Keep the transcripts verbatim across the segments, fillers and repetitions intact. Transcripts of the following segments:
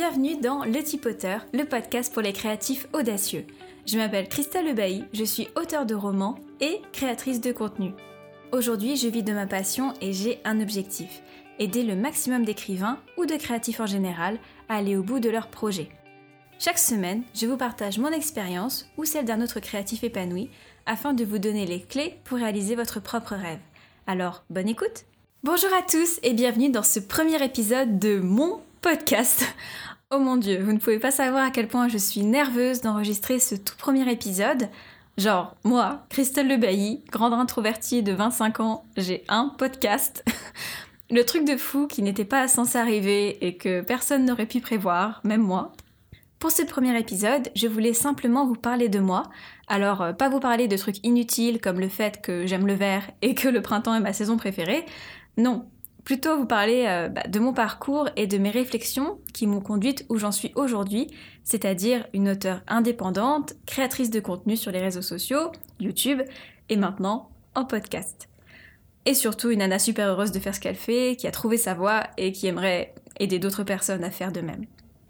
bienvenue dans Le Tipoteur, le podcast pour les créatifs audacieux. Je m'appelle Christelle Lebailly, je suis auteure de romans et créatrice de contenu. Aujourd'hui, je vis de ma passion et j'ai un objectif, aider le maximum d'écrivains ou de créatifs en général à aller au bout de leurs projets. Chaque semaine, je vous partage mon expérience ou celle d'un autre créatif épanoui afin de vous donner les clés pour réaliser votre propre rêve. Alors, bonne écoute! Bonjour à tous et bienvenue dans ce premier épisode de mon podcast. Oh mon Dieu, vous ne pouvez pas savoir à quel point je suis nerveuse d'enregistrer ce tout premier épisode. Genre, moi, Christelle Lebailly, grande introvertie de vingt-cinq ans, j'ai un podcast. Le truc de fou qui n'était pas censé arriver et que personne n'aurait pu prévoir, même moi. Pour ce premier épisode, je voulais simplement vous parler de moi. Alors, euh, pas vous parler de trucs inutiles comme le fait que j'aime le vert et que le printemps est ma saison préférée. Non, plutôt vous parler euh, bah, de mon parcours et de mes réflexions qui m'ont conduite où j'en suis aujourd'hui, c'est-à-dire une auteure indépendante, créatrice de contenu sur les réseaux sociaux, YouTube, et maintenant en podcast. Et surtout une nana super heureuse de faire ce qu'elle fait, qui a trouvé sa voie et qui aimerait aider d'autres personnes à faire de même.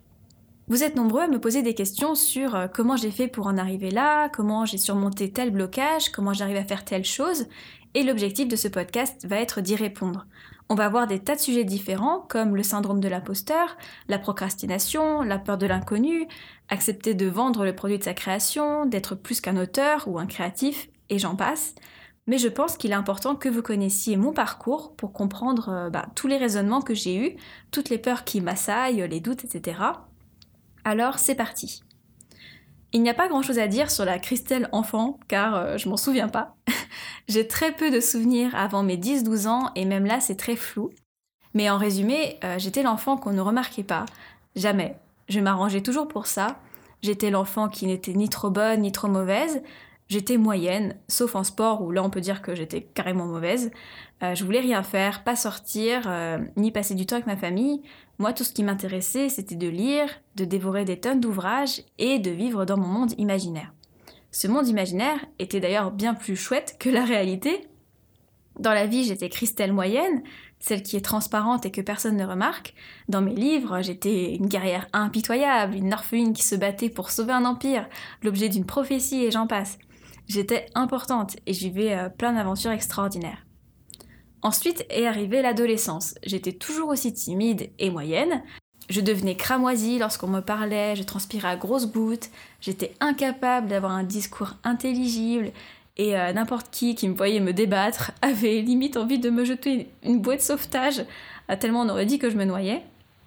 Vous êtes nombreux à me poser des questions sur euh, comment j'ai fait pour en arriver là, comment j'ai surmonté tel blocage, comment j'arrive à faire telle chose, et l'objectif de ce podcast va être d'y répondre. On va voir des tas de sujets différents comme le syndrome de l'imposteur, la procrastination, la peur de l'inconnu, accepter de vendre le produit de sa création, d'être plus qu'un auteur ou un créatif, et j'en passe. Mais je pense qu'il est important que vous connaissiez mon parcours pour comprendre euh, bah, tous les raisonnements que j'ai eus, toutes les peurs qui m'assaillent, les doutes, et cetera. Alors c'est parti. Il n'y a pas grand chose à dire sur la Christelle enfant, car euh, je m'en souviens pas. J'ai très peu de souvenirs avant mes dix douze ans, et même là c'est très flou. Mais en résumé, euh, j'étais l'enfant qu'on ne remarquait pas. Jamais. Je m'arrangeais toujours pour ça. J'étais l'enfant qui n'était ni trop bonne, ni trop mauvaise. J'étais moyenne, sauf en sport, où là on peut dire que j'étais carrément mauvaise. Euh, je voulais rien faire, pas sortir, euh, ni passer du temps avec ma famille. Moi, tout ce qui m'intéressait, c'était de lire, de dévorer des tonnes d'ouvrages et de vivre dans mon monde imaginaire. Ce monde imaginaire était d'ailleurs bien plus chouette que la réalité. Dans la vie, j'étais Christelle moyenne, celle qui est transparente et que personne ne remarque. Dans mes livres, j'étais une guerrière impitoyable, une orpheline qui se battait pour sauver un empire, l'objet d'une prophétie et j'en passe. J'étais importante et je vivais euh, plein d'aventures extraordinaires. Ensuite est arrivée l'adolescence. J'étais toujours aussi timide et moyenne. Je devenais cramoisie lorsqu'on me parlait, je transpirais à grosses gouttes, j'étais incapable d'avoir un discours intelligible et euh, n'importe qui qui me voyait me débattre avait limite envie de me jeter une bouée de sauvetage, euh, tellement on aurait dit que je me noyais.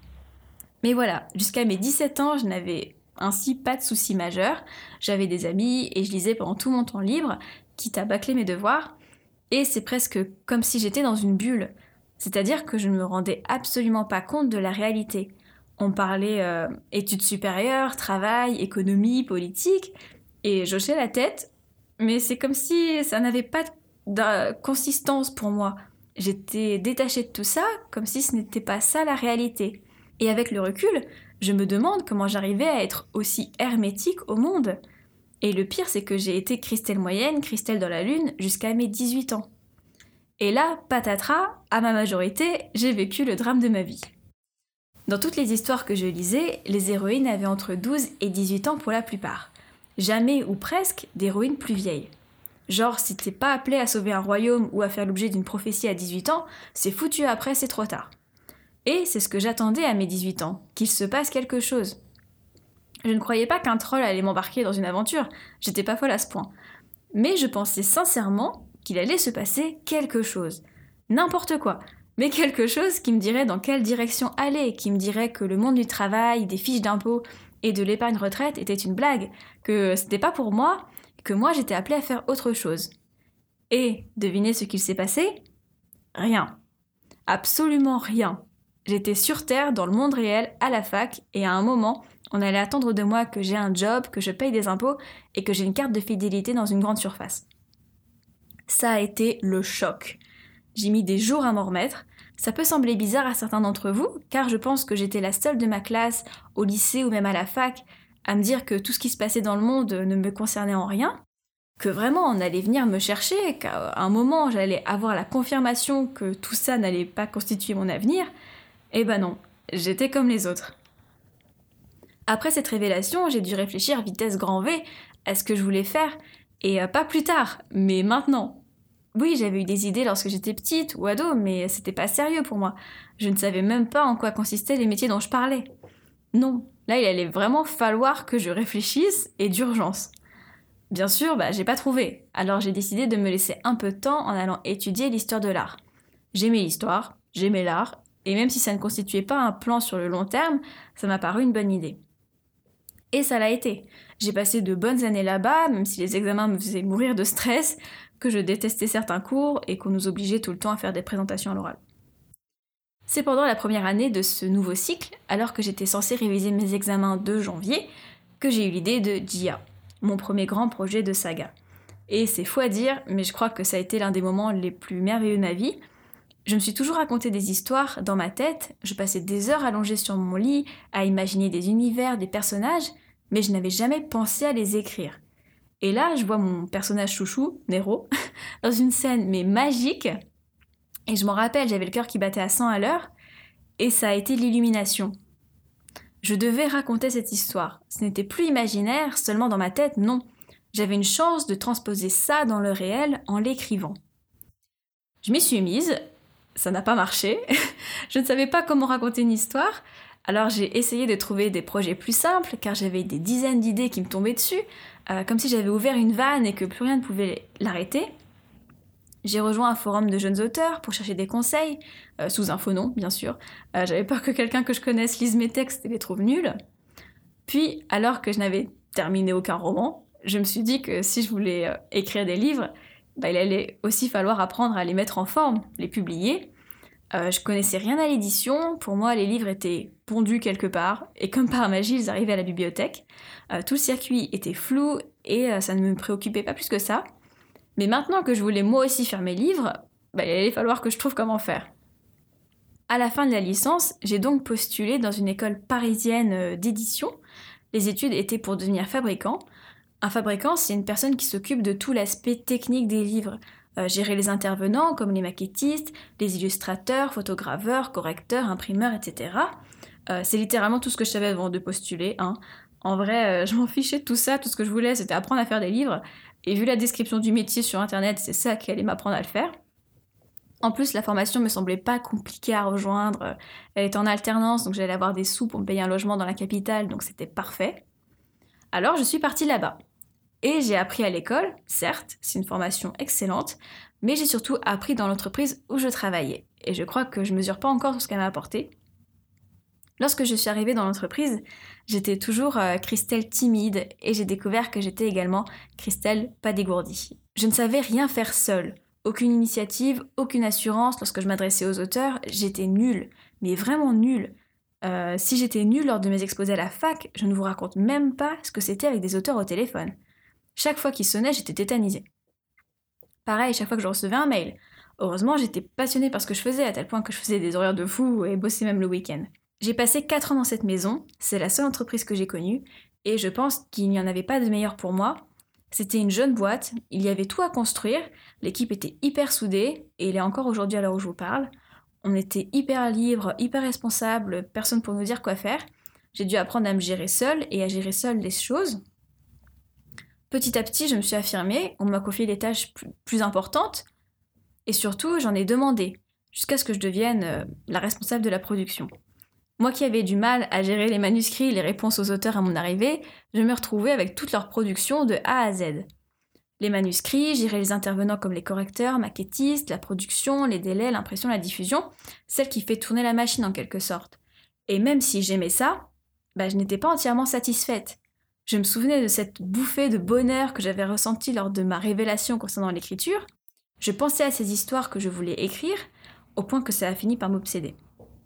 Mais voilà, jusqu'à mes dix-sept ans, je n'avais ainsi pas de soucis majeurs. J'avais des amis et je lisais pendant tout mon temps libre, quitte à bâcler mes devoirs. Et c'est presque comme si j'étais dans une bulle. C'est-à-dire que je ne me rendais absolument pas compte de la réalité. On parlait euh, études supérieures, travail, économie, politique, et j'hochais la tête, mais c'est comme si ça n'avait pas de consistance pour moi. J'étais détachée de tout ça, comme si ce n'était pas ça la réalité. Et avec le recul, je me demande comment j'arrivais à être aussi hermétique au monde. Et le pire, c'est que j'ai été Christelle moyenne, Christelle dans la lune, jusqu'à mes dix-huit ans. Et là, patatras, à ma majorité, j'ai vécu le drame de ma vie. Dans toutes les histoires que je lisais, les héroïnes avaient entre douze et dix-huit ans pour la plupart. Jamais ou presque d'héroïnes plus vieilles. Genre, si t'es pas appelé à sauver un royaume ou à faire l'objet d'une prophétie à dix-huit ans, c'est foutu après, c'est trop tard. Et c'est ce que j'attendais à mes dix-huit ans, qu'il se passe quelque chose. Je ne croyais pas qu'un troll allait m'embarquer dans une aventure, j'étais pas folle à ce point. Mais je pensais sincèrement qu'il allait se passer quelque chose. N'importe quoi, mais quelque chose qui me dirait dans quelle direction aller, qui me dirait que le monde du travail, des fiches d'impôts et de l'épargne retraite était une blague, que c'était pas pour moi, que moi j'étais appelée à faire autre chose. Et devinez ce qu'il s'est passé ? Rien. Absolument rien. J'étais sur Terre, dans le monde réel, à la fac, et à un moment, on allait attendre de moi que j'ai un job, que je paye des impôts, et que j'ai une carte de fidélité dans une grande surface. Ça a été le choc. J'ai mis des jours à m'en remettre. Ça peut sembler bizarre à certains d'entre vous, car je pense que j'étais la seule de ma classe, au lycée ou même à la fac, à me dire que tout ce qui se passait dans le monde ne me concernait en rien, que vraiment on allait venir me chercher, qu'à un moment j'allais avoir la confirmation que tout ça n'allait pas constituer mon avenir. Eh ben non, j'étais comme les autres. Après cette révélation, j'ai dû réfléchir vitesse grand V à ce que je voulais faire, et euh, pas plus tard, mais maintenant. Oui, j'avais eu des idées lorsque j'étais petite ou ado, mais c'était pas sérieux pour moi. Je ne savais même pas en quoi consistaient les métiers dont je parlais. Non, là il allait vraiment falloir que je réfléchisse, et d'urgence. Bien sûr, bah, j'ai pas trouvé, alors j'ai décidé de me laisser un peu de temps en allant étudier l'histoire de l'art. J'aimais l'histoire, j'aimais l'art, et même si ça ne constituait pas un plan sur le long terme, ça m'a paru une bonne idée. Et ça l'a été. J'ai passé de bonnes années là-bas, même si les examens me faisaient mourir de stress, que je détestais certains cours et qu'on nous obligeait tout le temps à faire des présentations à l'oral. C'est pendant la première année de ce nouveau cycle, alors que j'étais censée réviser mes examens de janvier, que j'ai eu l'idée de J I A, mon premier grand projet de saga. Et c'est fou à dire, mais je crois que ça a été l'un des moments les plus merveilleux de ma vie. Je me suis toujours raconté des histoires dans ma tête, je passais des heures allongée sur mon lit, à imaginer des univers, des personnages, mais je n'avais jamais pensé à les écrire. Et là, je vois mon personnage chouchou, Nero, dans une scène mais magique, et je m'en rappelle, j'avais le cœur qui battait à cent à l'heure, et ça a été l'illumination. Je devais raconter cette histoire. Ce n'était plus imaginaire, seulement dans ma tête, non. J'avais une chance de transposer ça dans le réel en l'écrivant. Je m'y suis mise, ça n'a pas marché, je ne savais pas comment raconter une histoire, alors j'ai essayé de trouver des projets plus simples, car j'avais des dizaines d'idées qui me tombaient dessus, euh, comme si j'avais ouvert une vanne et que plus rien ne pouvait l'arrêter. J'ai rejoint un forum de jeunes auteurs pour chercher des conseils, euh, sous un faux nom, bien sûr. Euh, j'avais peur que quelqu'un que je connaisse lise mes textes et les trouve nuls. Puis, alors que je n'avais terminé aucun roman, je me suis dit que si je voulais euh, écrire des livres, bah, il allait aussi falloir apprendre à les mettre en forme, les publier. Euh, je connaissais rien à l'édition, pour moi les livres étaient pondus quelque part, et comme par magie ils arrivaient à la bibliothèque. Euh, tout le circuit était flou, et euh, ça ne me préoccupait pas plus que ça. Mais maintenant que je voulais moi aussi faire mes livres, bah, il allait falloir que je trouve comment faire. À la fin de la licence, j'ai donc postulé dans une école parisienne d'édition. Les études étaient pour devenir fabricant. Un fabricant, c'est une personne qui s'occupe de tout l'aspect technique des livres. Euh, gérer les intervenants comme les maquettistes, les illustrateurs, photograveurs, correcteurs, imprimeurs, et cetera. Euh, c'est littéralement tout ce que je savais avant de postuler. Hein. En vrai, euh, je m'en fichais de tout ça, tout ce que je voulais c'était apprendre à faire des livres. Et vu la description du métier sur internet, c'est ça qui allait m'apprendre à le faire. En plus, la formation me semblait pas compliquée à rejoindre. Elle était en alternance, donc j'allais avoir des sous pour me payer un logement dans la capitale, donc c'était parfait. Alors je suis partie là-bas. Et j'ai appris à l'école, certes, c'est une formation excellente, mais j'ai surtout appris dans l'entreprise où je travaillais. Et je crois que je mesure pas encore tout ce qu'elle m'a apporté. Lorsque je suis arrivée dans l'entreprise, j'étais toujours euh, Christelle timide et j'ai découvert que j'étais également Christelle pas dégourdie. Je ne savais rien faire seule. Aucune initiative, aucune assurance. Lorsque je m'adressais aux auteurs, j'étais nulle, mais vraiment nulle. Euh, si j'étais nulle lors de mes exposés à la fac, je ne vous raconte même pas ce que c'était avec des auteurs au téléphone. Chaque fois qu'il sonnait, j'étais tétanisée. Pareil, chaque fois que je recevais un mail. Heureusement, j'étais passionnée par ce que je faisais, à tel point que je faisais des horaires de fou et bossais même le week-end. J'ai passé quatre ans dans cette maison, c'est la seule entreprise que j'ai connue, et je pense qu'il n'y en avait pas de meilleure pour moi. C'était une jeune boîte, il y avait tout à construire, l'équipe était hyper soudée, et elle est encore aujourd'hui à l'heure où je vous parle. On était hyper libre, hyper responsable, personne pour nous dire quoi faire. J'ai dû apprendre à me gérer seule et à gérer seule les choses. Petit à petit, je me suis affirmée, on m'a confié des tâches plus, plus importantes, et surtout, j'en ai demandé, jusqu'à ce que je devienne euh, la responsable de la production. Moi qui avais du mal à gérer les manuscrits et les réponses aux auteurs à mon arrivée, je me retrouvais avec toute leur production de A à Z. Les manuscrits, gérer les intervenants comme les correcteurs, maquettistes, la production, les délais, l'impression, la diffusion, celle qui fait tourner la machine en quelque sorte. Et même si j'aimais ça, bah, je n'étais pas entièrement satisfaite. Je me souvenais de cette bouffée de bonheur que j'avais ressentie lors de ma révélation concernant l'écriture. Je pensais à ces histoires que je voulais écrire, au point que ça a fini par m'obséder.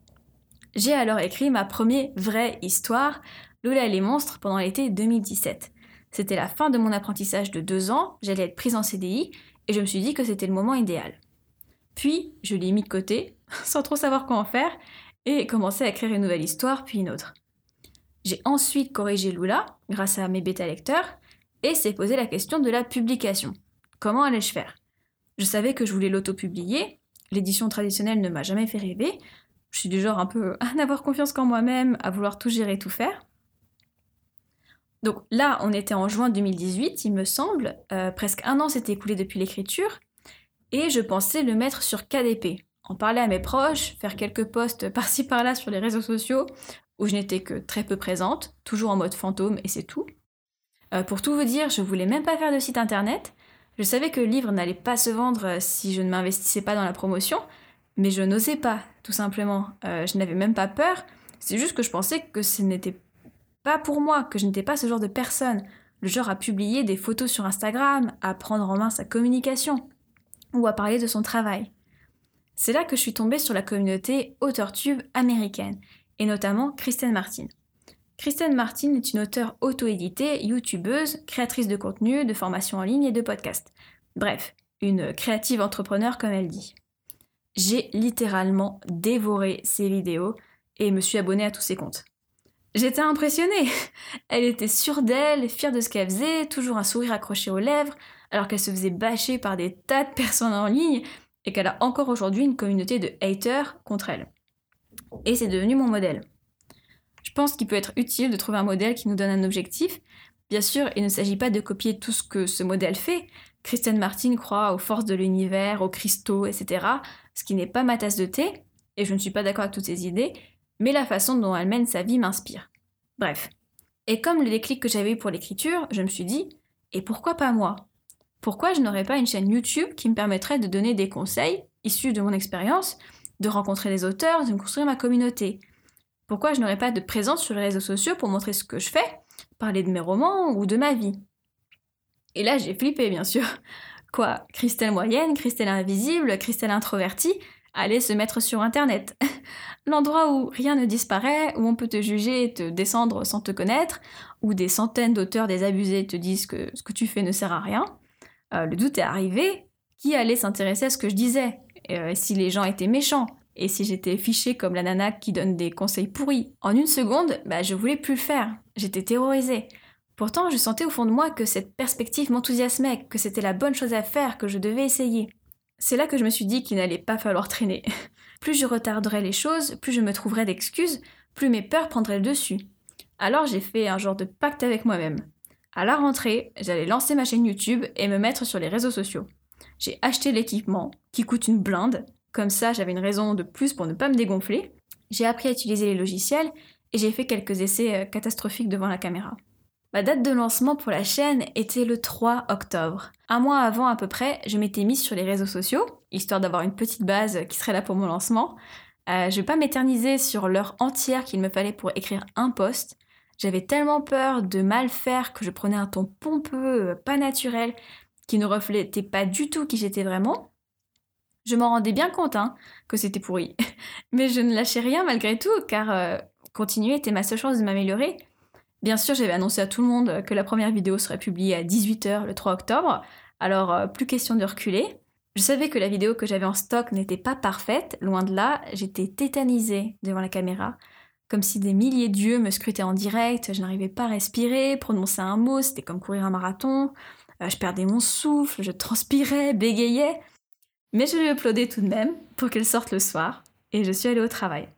J'ai alors écrit ma première vraie histoire, Lola et les monstres, pendant l'été deux mille dix-sept. C'était la fin de mon apprentissage de deux ans, j'allais être prise en C D I, et je me suis dit que c'était le moment idéal. Puis, je l'ai mis de côté, sans trop savoir quoi en faire, et commencé à écrire une nouvelle histoire, puis une autre. J'ai ensuite corrigé Lola, grâce à mes bêta-lecteurs, et s'est posé la question de la publication. Comment allais-je faire ? Je savais que je voulais l'auto-publier, l'édition traditionnelle ne m'a jamais fait rêver, je suis du genre un peu à n'avoir confiance qu'en moi-même, à vouloir tout gérer et tout faire. Donc là, on était en juin deux mille dix-huit, il me semble, euh, presque un an s'était écoulé depuis l'écriture, et je pensais le mettre sur K D P, en parler à mes proches, faire quelques posts par-ci par-là sur les réseaux sociaux, où je n'étais que très peu présente, toujours en mode fantôme, et c'est tout. Euh, pour tout vous dire, je voulais même pas faire de site internet, je savais que le livre n'allait pas se vendre si je ne m'investissais pas dans la promotion, mais je n'osais pas, tout simplement. Euh, je n'avais même pas peur, c'est juste que je pensais que ce n'était pas pour moi, que je n'étais pas ce genre de personne, le genre à publier des photos sur Instagram, à prendre en main sa communication, ou à parler de son travail. C'est là que je suis tombée sur la communauté AuteurTube américaine, et notamment Kristen Martin. Kristen Martin est une auteure auto-éditée, youtubeuse, créatrice de contenu, de formation en ligne et de podcast. Bref, une créative entrepreneur comme elle dit. J'ai littéralement dévoré ses vidéos et me suis abonnée à tous ses comptes. J'étais impressionnée. Elle était sûre d'elle, fière de ce qu'elle faisait, toujours un sourire accroché aux lèvres, alors qu'elle se faisait bâcher par des tas de personnes en ligne et qu'elle a encore aujourd'hui une communauté de haters contre elle. Et c'est devenu mon modèle. Je pense qu'il peut être utile de trouver un modèle qui nous donne un objectif. Bien sûr, il ne s'agit pas de copier tout ce que ce modèle fait. Kristen Martin croit aux forces de l'univers, aux cristaux, et cetera, ce qui n'est pas ma tasse de thé, et je ne suis pas d'accord avec toutes ses idées, mais la façon dont elle mène sa vie m'inspire. Bref. Et comme le déclic que j'avais eu pour l'écriture, je me suis dit, et pourquoi pas moi ? Pourquoi je n'aurais pas une chaîne YouTube qui me permettrait de donner des conseils, issus de mon expérience, de rencontrer des auteurs, de me construire ma communauté ? Pourquoi je n'aurais pas de présence sur les réseaux sociaux pour montrer ce que je fais, parler de mes romans ou de ma vie ? Et là, j'ai flippé, bien sûr. Quoi, Christelle moyenne, Christelle invisible, Christelle introvertie, allait se mettre sur Internet. L'endroit où rien ne disparaît, où on peut te juger et te descendre sans te connaître, où des centaines d'auteurs désabusés te disent que ce que tu fais ne sert à rien. Euh, le doute est arrivé. Qui allait s'intéresser à ce que je disais ? euh, Si les gens étaient méchants ? Et si j'étais fichée comme la nana qui donne des conseils pourris, en une seconde, bah, je voulais plus le faire. J'étais terrorisée. Pourtant, je sentais au fond de moi que cette perspective m'enthousiasmait, que c'était la bonne chose à faire, que je devais essayer. C'est là que je me suis dit qu'il n'allait pas falloir traîner. Plus je retarderais les choses, plus je me trouverais d'excuses, plus mes peurs prendraient le dessus. Alors j'ai fait un genre de pacte avec moi-même. À la rentrée, j'allais lancer ma chaîne YouTube et me mettre sur les réseaux sociaux. J'ai acheté l'équipement, qui coûte une blinde. Comme ça, j'avais une raison de plus pour ne pas me dégonfler. J'ai appris à utiliser les logiciels et j'ai fait quelques essais catastrophiques devant la caméra. Ma date de lancement pour la chaîne était le trois octobre. Un mois avant à peu près, je m'étais mise sur les réseaux sociaux, histoire d'avoir une petite base qui serait là pour mon lancement. Euh, je vais pas m'éterniser sur l'heure entière qu'il me fallait pour écrire un post. J'avais tellement peur de mal faire que je prenais un ton pompeux, pas naturel, qui ne reflétait pas du tout qui j'étais vraiment. Je m'en rendais bien compte hein, que c'était pourri. Mais je ne lâchais rien malgré tout, car euh, continuer était ma seule chance de m'améliorer. Bien sûr, j'avais annoncé à tout le monde que la première vidéo serait publiée à dix-huit heures le trois octobre, alors euh, plus question de reculer. Je savais que la vidéo que j'avais en stock n'était pas parfaite, loin de là, j'étais tétanisée devant la caméra, comme si des milliers d'yeux me scrutaient en direct, je n'arrivais pas à respirer, prononcer un mot, c'était comme courir un marathon, euh, je perdais mon souffle, je transpirais, bégayais, mais je lui applaudais tout de même pour qu'elle sorte le soir, et je suis allée au travail.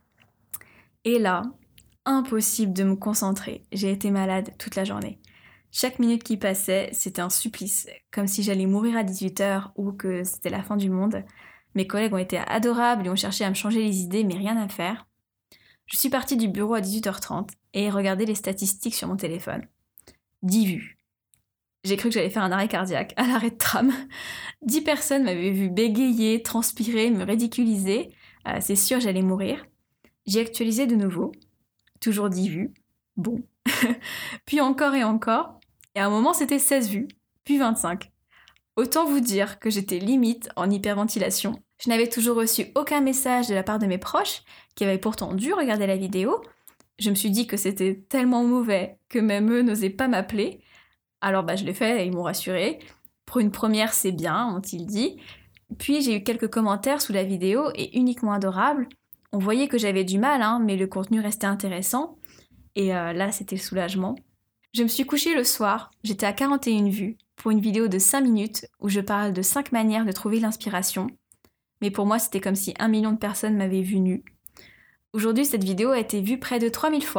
Et là, impossible de me concentrer, j'ai été malade toute la journée. Chaque minute qui passait, c'était un supplice, comme si j'allais mourir à dix-huit heures ou que c'était la fin du monde. Mes collègues ont été adorables et ont cherché à me changer les idées, mais rien à faire. Je suis partie du bureau à dix-huit heures trente et regardé les statistiques sur mon téléphone. dix vues. J'ai cru que j'allais faire un arrêt cardiaque à l'arrêt de tram. dix personnes m'avaient vu bégayer, transpirer, me ridiculiser. Euh, c'est sûr, j'allais mourir. J'ai actualisé de nouveau. Toujours dix vues. Bon. Puis encore et encore. Et à un moment, c'était seize vues. Puis vingt-cinq. Autant vous dire que j'étais limite en hyperventilation. Je n'avais toujours reçu aucun message de la part de mes proches, qui avaient pourtant dû regarder la vidéo. Je me suis dit que c'était tellement mauvais que même eux n'osaient pas m'appeler. Alors bah je l'ai fait et ils m'ont rassurée. Pour une première, c'est bien, ont-ils dit. Puis j'ai eu quelques commentaires sous la vidéo et uniquement adorables. On voyait que j'avais du mal, hein, mais le contenu restait intéressant. Et euh, là, c'était le soulagement. Je me suis couchée le soir, j'étais à quarante et une vues, pour une vidéo de cinq minutes où je parle de cinq manières de trouver l'inspiration. Mais pour moi, c'était comme si un million de personnes m'avaient vue nue. Aujourd'hui, cette vidéo a été vue près de trois mille fois,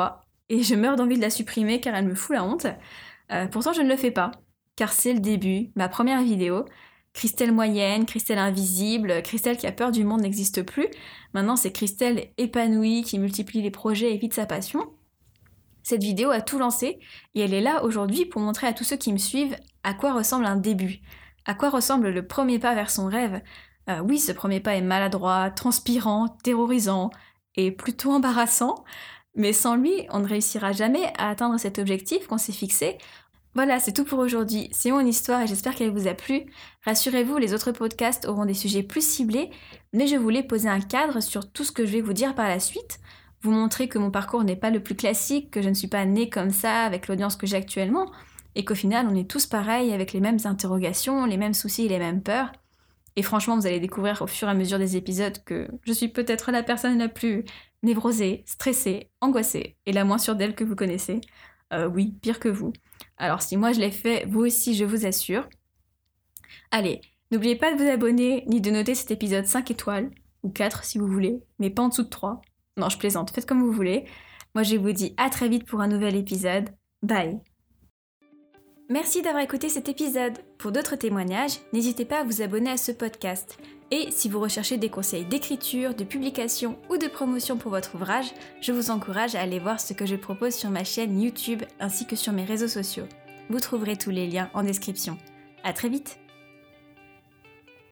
et je meurs d'envie de la supprimer car elle me fout la honte. Euh, pourtant je ne le fais pas, car c'est le début, ma première vidéo. Christelle moyenne, Christelle invisible, Christelle qui a peur du monde n'existe plus. Maintenant c'est Christelle épanouie qui multiplie les projets et vit de sa passion. Cette vidéo a tout lancé et elle est là aujourd'hui pour montrer à tous ceux qui me suivent à quoi ressemble un début, à quoi ressemble le premier pas vers son rêve. Euh, oui, ce premier pas est maladroit, transpirant, terrorisant et plutôt embarrassant, mais sans lui, on ne réussira jamais à atteindre cet objectif qu'on s'est fixé. Voilà, c'est tout pour aujourd'hui. C'est mon histoire et j'espère qu'elle vous a plu. Rassurez-vous, les autres podcasts auront des sujets plus ciblés, mais je voulais poser un cadre sur tout ce que je vais vous dire par la suite. Vous montrer que mon parcours n'est pas le plus classique, que je ne suis pas née comme ça avec l'audience que j'ai actuellement, et qu'au final on est tous pareils avec les mêmes interrogations, les mêmes soucis et les mêmes peurs. Et franchement, vous allez découvrir au fur et à mesure des épisodes que je suis peut-être la personne la plus névrosée, stressée, angoissée, et la moins sûre d'elle que vous connaissez. Euh, oui, pire que vous. Alors si moi je l'ai fait, vous aussi je vous assure. Allez, n'oubliez pas de vous abonner, ni de noter cet épisode cinq étoiles, ou quatre si vous voulez, mais pas en dessous de trois. Non, je plaisante, faites comme vous voulez. Moi, je vous dis à très vite pour un nouvel épisode. Bye. Merci d'avoir écouté cet épisode. Pour d'autres témoignages, n'hésitez pas à vous abonner à ce podcast. Et si vous recherchez des conseils d'écriture, de publication ou de promotion pour votre ouvrage, je vous encourage à aller voir ce que je propose sur ma chaîne YouTube ainsi que sur mes réseaux sociaux. Vous trouverez tous les liens en description. À très vite.